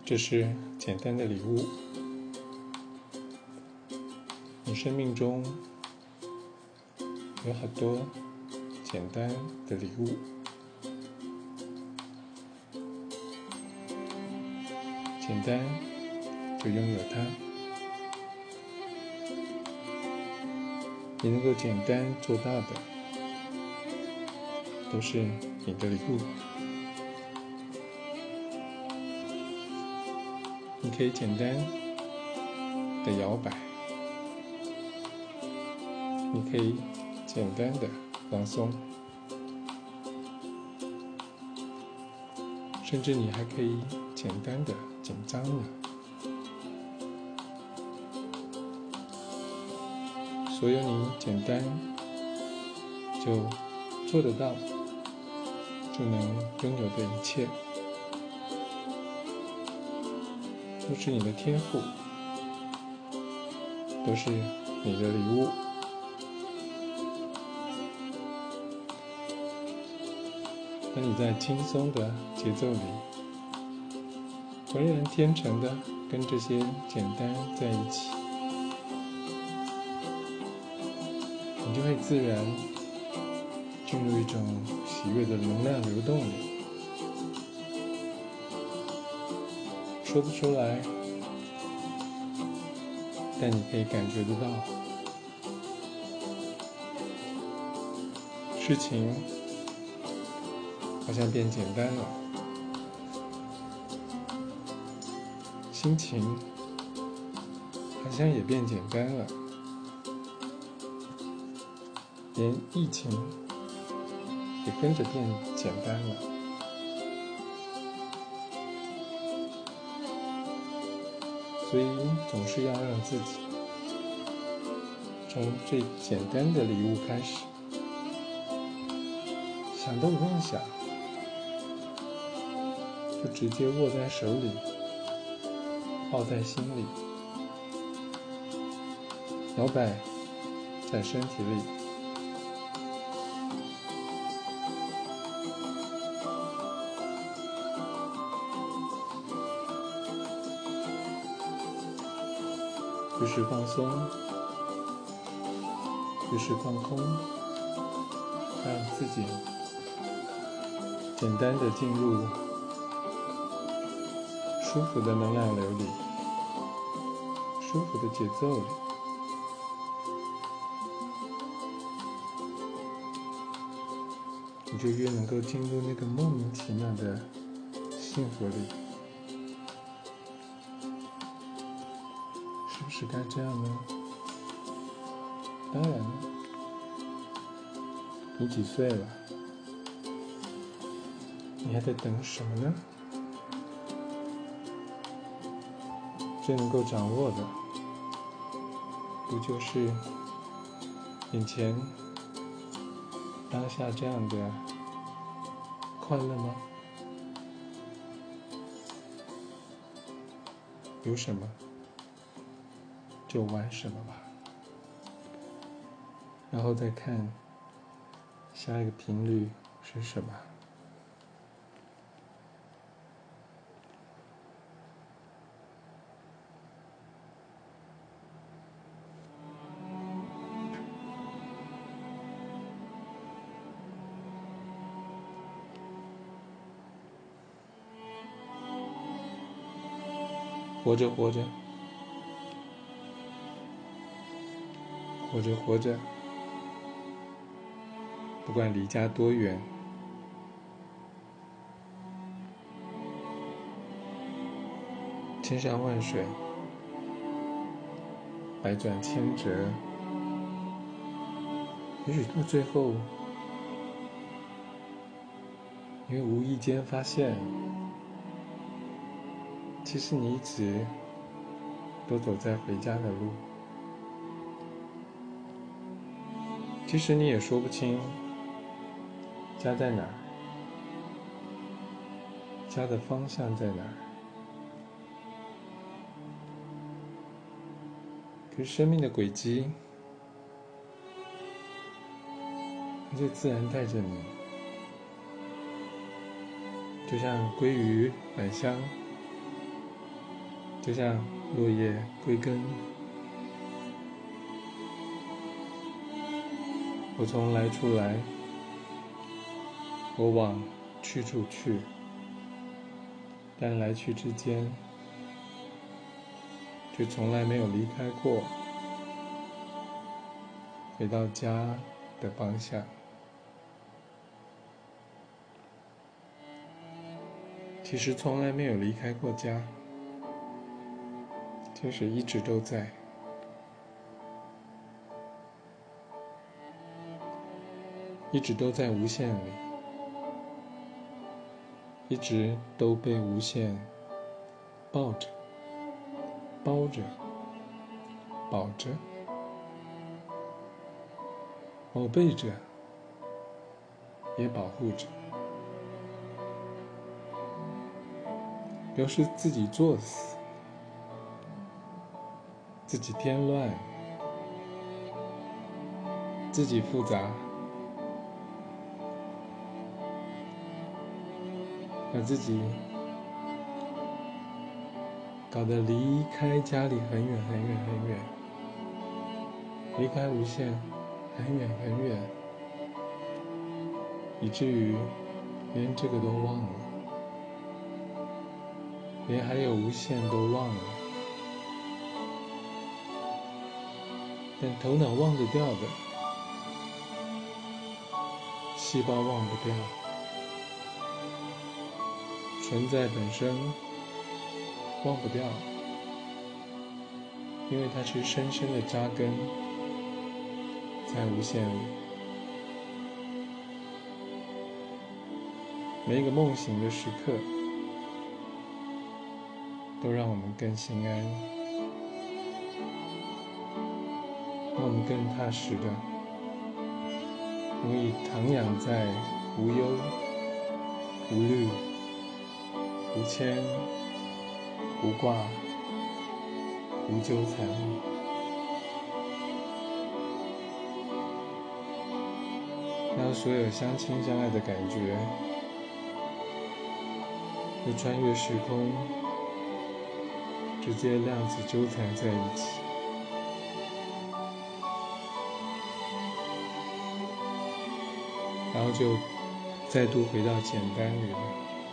这是简单的礼物。你生命中有很多简单的礼物，简单就拥有它。你能够简单做到的，都是你的礼物。你可以简单的摇摆，你可以简单的放松，甚至你还可以简单的紧张呢。所有你简单就做得到，就能拥有的一切，都是你的天赋，都是你的礼物。当你在轻松的节奏里，浑然天成的跟这些简单在一起，你就会自然进入一种喜悦的能量流动里。说不出来，但你可以感觉得到，事情好像变简单了，心情好像也变简单了，连疫情也跟着变简单了。所以总是要让自己从最简单的礼物开始，想都不用想，就直接握在手里，抱在心里，摇摆在身体里。于是放松，于是放空，让自己简单的进入舒服的能量流里，舒服的节奏里。你就越能够进入那个莫名其妙的幸福里。是不是该这样呢？当然了，你几岁了？你还在等什么呢？最能够掌握的，不就是眼前当下这样的快乐吗？有什么就玩什么吧，然后再看下一个频率是什么。活着活着，活着活着，不管离家多远，千山万水，百转千折，也许到最后，你会无意间发现，其实你一直都走在回家的路，其实你也说不清家在哪儿，家的方向在哪儿，可是生命的轨迹它就自然带着你，就像鲑鱼返乡就像落叶归根，我从来处来，我往去处去，但来去之间，却从来没有离开过回到家的方向。其实从来没有离开过家，就是一直都在。一直都在无限里，一直都被无限抱着、包着、保着、宝贝着，也保护着。有时自己作死，自己添乱，自己复杂，把自己搞得离开家里很远很远很远，离开无限很远很远，以至于连这个都忘了，连还有无限都忘了。但头脑忘得掉的，细胞忘不掉，存在本身忘不掉，因为它是深深的扎根在无限里。每一个梦醒的时刻，都让我们更心安，让我们更踏实的容易徜徉在无忧、无虑、无牵、无挂、无纠缠。让所有相亲相爱的感觉又穿越时空，直接量子纠缠在一起。然后就再度回到简单里了，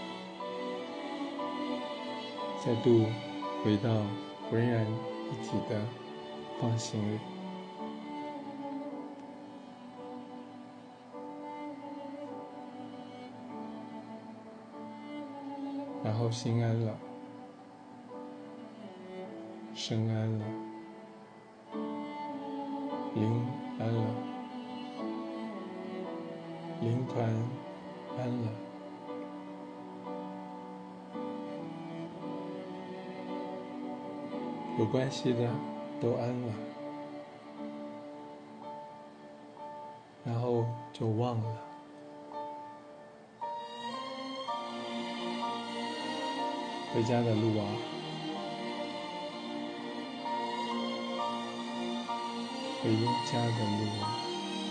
再度回到浑然一体的放心里。然后心安了，身安了，灵安了，灵团安了，有关系的都安了，然后就忘了。回家的路啊，回家的路啊，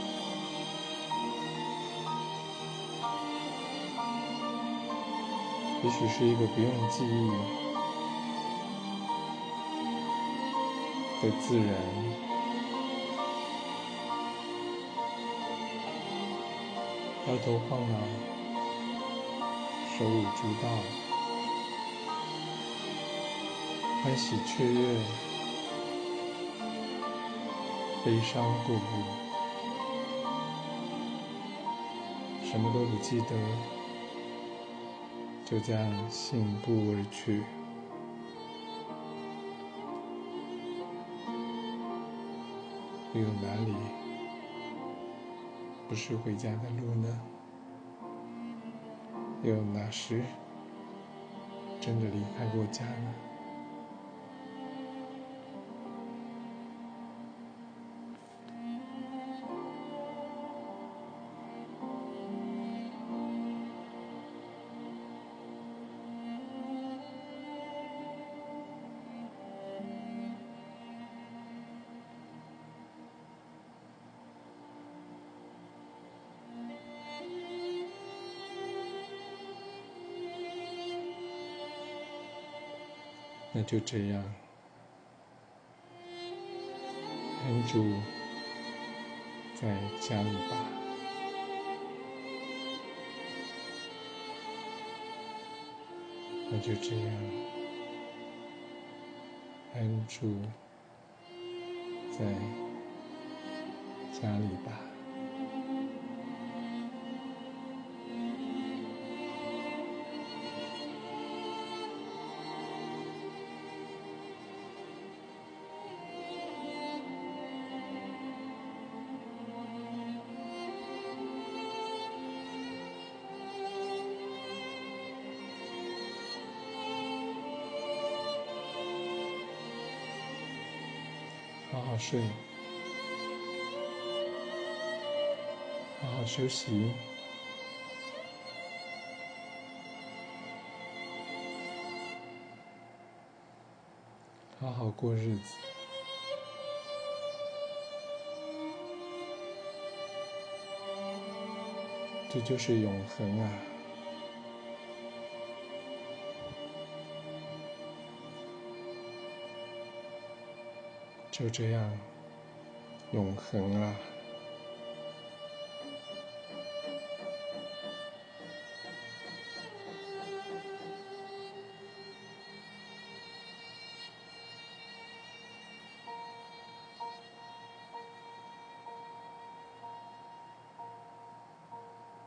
也许是一个不用记忆的自然，摇头晃脑，手舞足蹈，欢喜雀跃，悲伤过度，什么都不记得，就这样信步而去。又有哪里不是回家的路呢？又有哪时真的离开过家呢？ 那就这样，安住在家里吧。那就这样，安住在家里吧。好好睡，好好休息，好好过日子。这就是永恒啊！就这样，永恒啊！